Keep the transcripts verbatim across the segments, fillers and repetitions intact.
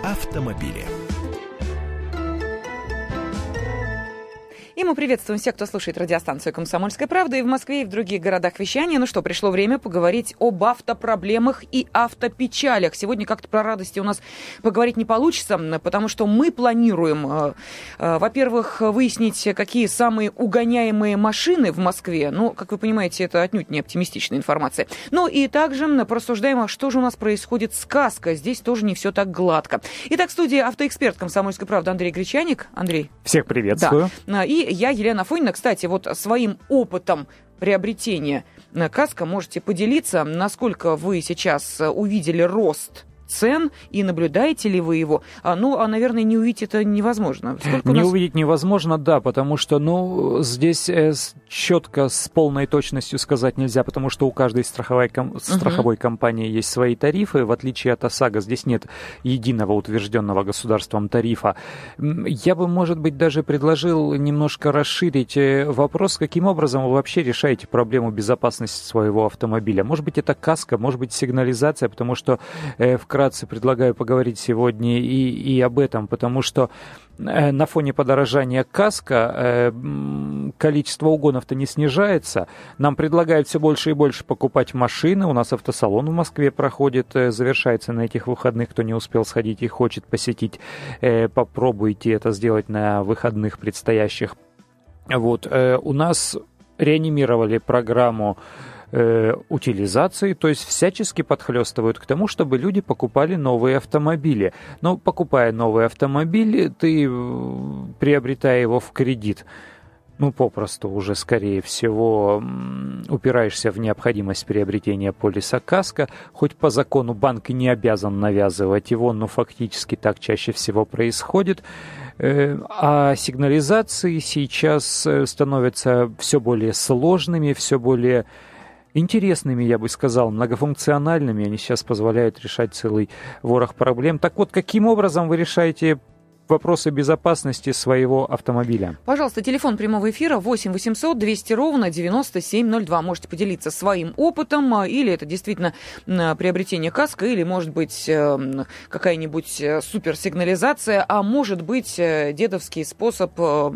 автомобили. И мы приветствуем всех, кто слушает радиостанцию «Комсомольская правда» и в Москве, и в других городах вещания. Ну что, пришло время поговорить об автопроблемах и автопечалях. Сегодня как-то про радости у нас поговорить не получится, потому что мы планируем, во-первых, выяснить, какие самые угоняемые машины в Москве. Ну, как вы понимаете, это отнюдь не оптимистичная информация. Ну и также порассуждаем, что же у нас происходит с КАСКО. Здесь тоже не все так гладко. Итак, в студии автоэксперт «Комсомольской правды» Андрей Гречаник. Андрей. Всех приветствую. Да. И я, Елена Афонина. Кстати, вот своим опытом приобретения КАСКО можете поделиться, насколько вы сейчас увидели рост цен и наблюдаете ли вы его? А, ну, а, наверное, не увидеть это невозможно. Сколько не нас... увидеть невозможно, да, потому что, ну, здесь э, четко, с полной точностью сказать нельзя, потому что у каждой страховой, ком... страховой uh-huh. компании есть свои тарифы. В отличие от ОСАГО, здесь нет единого утвержденного государством тарифа. Я бы, может быть, даже предложил немножко расширить вопрос, каким образом вы вообще решаете проблему безопасности своего автомобиля. Может быть, это КАСКО, может быть, сигнализация, потому что э, в Вкратце предлагаю поговорить сегодня и, и об этом, потому что э, на фоне подорожания КАСКО э, количество угонов-то не снижается. Нам предлагают все больше и больше покупать машины. У нас автосалон в Москве проходит, э, завершается на этих выходных. Кто не успел сходить и хочет посетить, э, попробуйте это сделать на выходных предстоящих. Вот, э, у нас реанимировали программу утилизации, то есть всячески подхлестывают к тому, чтобы люди покупали новые автомобили. Но покупая новый автомобиль, ты, приобретая его в кредит, ну, попросту уже, скорее всего, упираешься в необходимость приобретения полиса КАСКО. Хоть по закону банк и не обязан навязывать его, но фактически так чаще всего происходит. А сигнализации сейчас становятся все более сложными, все более интересными, я бы сказал, многофункциональными. Они сейчас позволяют решать целый ворох проблем. Так вот, каким образом вы решаете вопросы безопасности своего автомобиля? Пожалуйста, телефон прямого эфира восемь восемьсот двести ровно девяносто семь ноль два. Можете поделиться своим опытом, или это действительно приобретение КАСКО, или, может быть, какая-нибудь суперсигнализация, а может быть, дедовский способ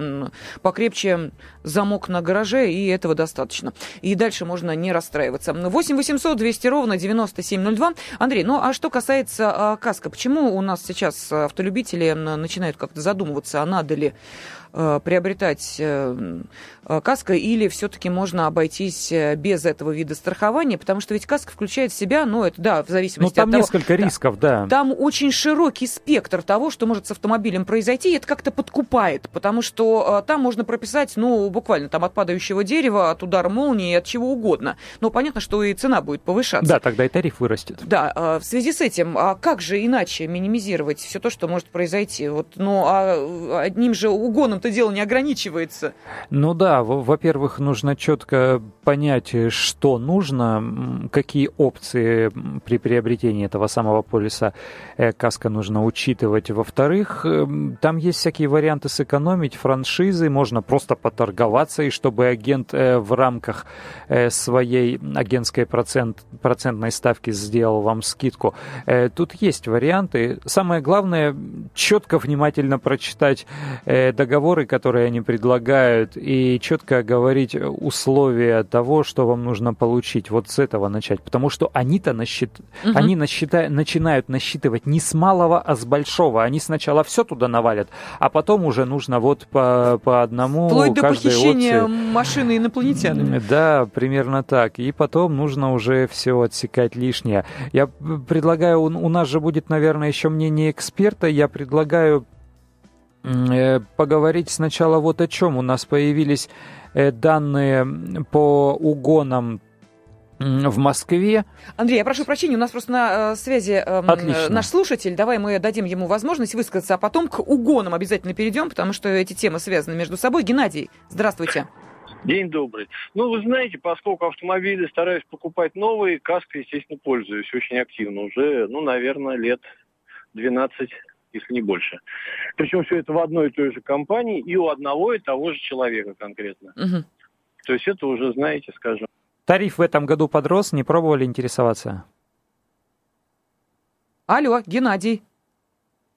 покрепче замок на гараже, и этого достаточно. И дальше можно не расстраиваться. восемь восемьсот двести ровно девяносто семь ноль два. Андрей, ну а что касается КАСКО, почему у нас сейчас автолюбители начинают начинают как-то задумываться, а надо ли э, приобретать э, КАСКО или все-таки можно обойтись без этого вида страхования, потому что ведь КАСКО включает в себя, ну, это, да, в зависимости ну, там от того... несколько рисков, да. Там очень широкий спектр того, что может с автомобилем произойти, и это как-то подкупает, потому что э, там можно прописать, ну, буквально там от падающего дерева, от удара молнии, от чего угодно. Но понятно, что и цена будет повышаться. Да, тогда и тариф вырастет. Да, э, в связи с этим, а как же иначе минимизировать все то, что может произойти? Вот, ну, а одним же угоном-то дело не ограничивается. Ну да, во-первых, нужно четко понять, что нужно, какие опции при приобретении этого самого полиса КАСКО нужно учитывать. Во-вторых, там есть всякие варианты сэкономить, франшизы, можно просто поторговаться, и чтобы агент в рамках своей агентской процент, процентной ставки сделал вам скидку. Тут есть варианты. Самое главное, четко, внимательно прочитать э, договоры, которые они предлагают, и четко говорить условия того, что вам нужно получить. Вот с этого начать. Потому что они-то насчит... угу. они насчита... начинают насчитывать не с малого, а с большого. Они сначала все туда навалят, а потом уже нужно вот по, по одному вплоть до похищения опции. Машины инопланетянами. Да, примерно так. И потом нужно уже все отсекать лишнее. Я предлагаю, у нас же будет, наверное, еще мнение эксперта, я предлагаю поговорить сначала вот о чем. У нас появились данные по угонам в Москве. Андрей, я прошу прощения, у нас просто на э, связи э, наш слушатель. Давай мы дадим ему возможность высказаться, а потом к угонам обязательно перейдем, потому что эти темы связаны между собой. Геннадий, здравствуйте. День добрый. Ну, вы знаете, поскольку автомобили стараюсь покупать новые, КАСКО, естественно, пользуюсь очень активно. Уже, ну, наверное, лет двенадцать, если не больше. Причем все это в одной и той же компании и у одного и того же человека конкретно. Угу. То есть это уже, знаете, скажем... Тариф в этом году подрос, не пробовали интересоваться? Алло, Геннадий.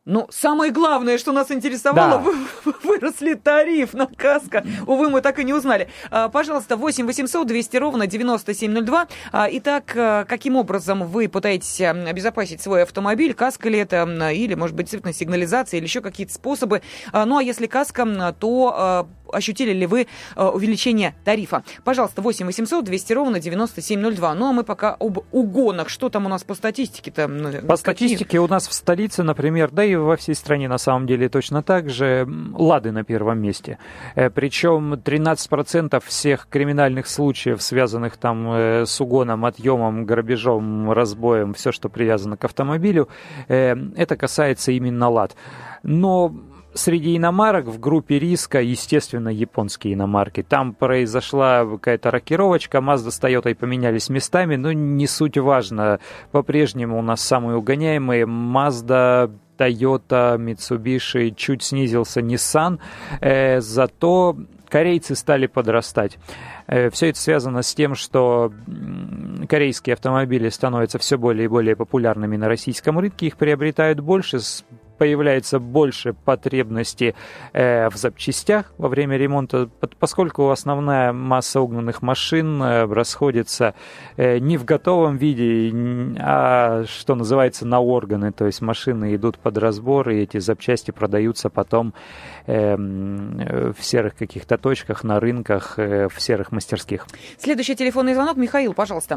Ну, самое главное, что нас интересовало, да. вырос ли тариф на каско. Увы, мы так и не узнали. Пожалуйста, восемь восемьсот двести ровно девяносто семь ноль два. Итак, каким образом вы пытаетесь обезопасить свой автомобиль? Каско ли это, или, может быть, действительно сигнализация, или еще какие-то способы? Ну, а если каско, то ощутили ли вы увеличение тарифа? Пожалуйста, восемь восемьсот двести ровно девяносто семь ноль два. Ну, а мы пока об угонах. Что там у нас по статистике-то? По статистике у нас в столице, например, да и во всей стране на самом деле точно так же, «Лады» на первом месте. Причем тринадцать процентов всех криминальных случаев, связанных там с угоном, отъемом, грабежом, разбоем, все, что привязано к автомобилю, это касается именно «Лад». Но среди иномарок в группе риска, естественно, японские иномарки. Там произошла какая-то рокировочка, Mazda с Toyota поменялись местами, но не суть важно. По-прежнему у нас самые угоняемые Mazda, Toyota, Mitsubishi, чуть снизился Nissan, э, зато корейцы стали подрастать. Э, все это связано с тем, что корейские автомобили становятся все более и более популярными на российском рынке, их приобретают больше, появляется больше потребности э, в запчастях во время ремонта, поскольку основная масса угнанных машин э, расходится э, не в готовом виде, а, что называется, на органы. То есть машины идут под разбор, и эти запчасти продаются потом э, в серых каких-то точках, на рынках, э, в серых мастерских. Следующий телефонный звонок. Михаил, пожалуйста.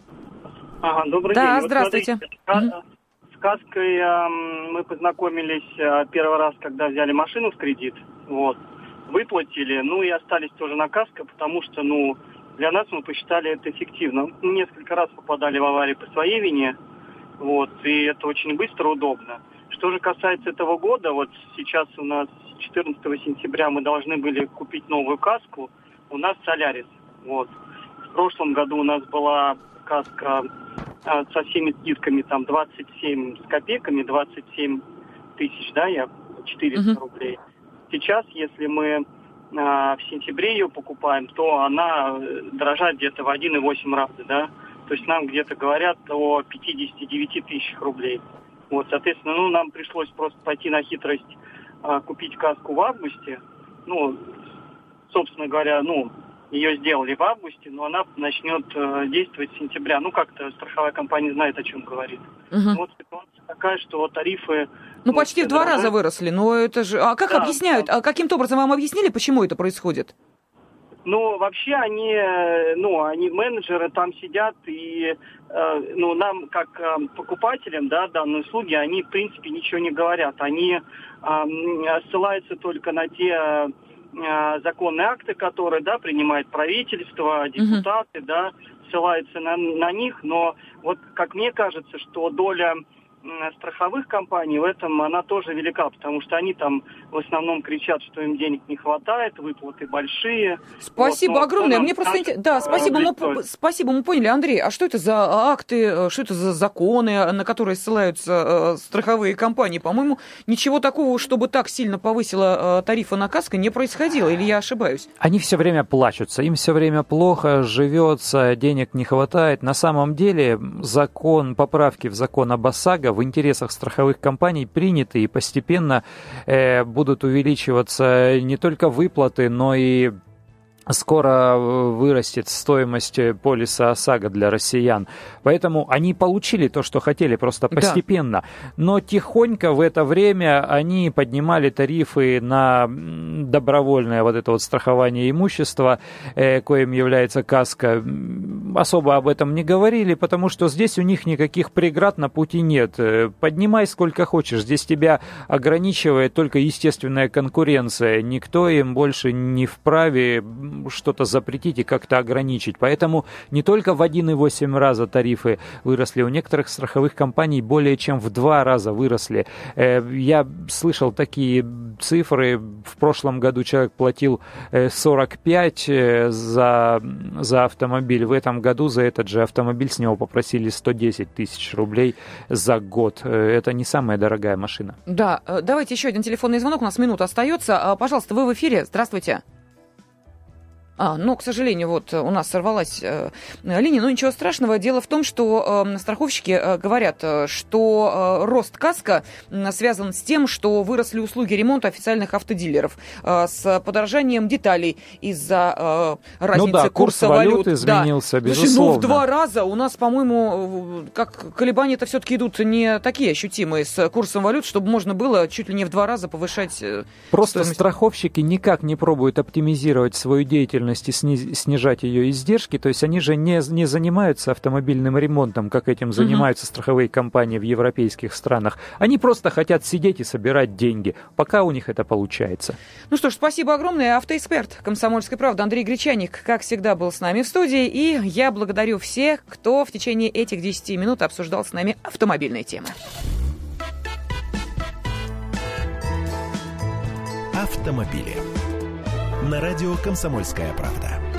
Ага, добрый да, день. здравствуйте. Вот смотрите, с каской э, мы познакомились э, первый раз, когда взяли машину в кредит, вот, выплатили, ну и остались тоже на каско, потому что, ну, для нас мы посчитали это эффективно. Мы несколько раз попадали в аварии по своей вине, вот, и это очень быстро, удобно. Что же касается этого года, вот сейчас у нас четырнадцатого сентября мы должны были купить новую каску, у нас Солярис, вот. В прошлом году у нас была каска со всеми скидками, там, двадцать семь с копейками, двадцать семь тысяч, да, я, четыреста uh-huh. рублей. Сейчас, если мы а, в сентябре ее покупаем, то она дорожает где-то в один и восемь раза, да. То есть нам где-то говорят о пятьдесят девять тысяч рублей. Вот, соответственно, ну, нам пришлось просто пойти на хитрость а, купить каску в августе. Ну, собственно говоря, ну, ее сделали в августе, но она начнет э, действовать с сентября. Ну, как-то страховая компания знает, о чем говорит. Угу. Вот ситуация такая, что тарифы... Ну, почти в два раза выросли, но это же... А как да, объясняют? Да. А каким-то образом вам объяснили, почему это происходит? Ну, вообще они, ну, они менеджеры там сидят, и, э, ну, нам, как э, покупателям, да, данной услуги, они, в принципе, ничего не говорят. Они э, ссылаются только на те... законные акты, которые, да, принимает правительство, депутаты, uh-huh. да, ссылаются на, на них, но вот как мне кажется, что доля страховых компаний в этом она тоже велика, потому что они там в основном кричат, что им денег не хватает, выплаты большие. Спасибо вот, огромное. Мне просто интересно. Да, спасибо, мы, спасибо, мы поняли. Андрей, а что это за акты, что это за законы, на которые ссылаются э, страховые компании? По-моему, ничего такого, чтобы так сильно повысило э, тарифы на каско, не происходило, или я ошибаюсь? Они все время плачутся, им все время плохо живется, денег не хватает. На самом деле закон, поправки в закон об ОСАГО в интересах страховых компаний приняты, и постепенно э, будут увеличиваться не только выплаты, но и скоро вырастет стоимость полиса ОСАГО для россиян. Поэтому они получили то, что хотели, просто постепенно. Да. Но тихонько в это время они поднимали тарифы на добровольное вот это вот страхование имущества, э, коим является каско. Особо об этом не говорили, потому что здесь у них никаких преград на пути нет. Поднимай сколько хочешь. Здесь тебя ограничивает только естественная конкуренция. Никто им больше не вправе что-то запретить и как-то ограничить. Поэтому не только в один и восемь раза тарифы выросли, у некоторых страховых компаний более чем в два раза выросли. Я слышал такие цифры. В прошлом году человек платил сорок пять за, за автомобиль. В этом году за этот же автомобиль с него попросили сто десять тысяч рублей за год. Это не самая дорогая машина. Да, давайте еще один телефонный звонок. У нас минута остается. Пожалуйста, вы в эфире. Здравствуйте. А, но, к сожалению, вот у нас сорвалась э, линия, но ничего страшного. Дело в том, что э, страховщики э, говорят, что э, рост каска э, связан с тем, что выросли услуги ремонта официальных автодилеров э, с подорожанием деталей из-за э, разницы ну да, курса курс валют. валют изменился, да. безусловно. Слушай, ну, в два раза у нас, по-моему, как колебания-то все-таки идут не такие ощутимые с курсом валют, чтобы можно было чуть ли не в два раза повышать э, Просто стоимость. Страховщики никак не пробуют оптимизировать свою деятельность и сни- снижать ее издержки. То есть они же не, не занимаются автомобильным ремонтом, как этим занимаются uh-huh. страховые компании в европейских странах. Они просто хотят сидеть и собирать деньги, пока у них это получается. Ну что ж, спасибо огромное. Автоэксперт «Комсомольской правды» Андрей Гречаник, как всегда, был с нами в студии. И я благодарю всех, кто в течение этих десяти минут обсуждал с нами автомобильные темы. Автомобили. На радио «Комсомольская правда».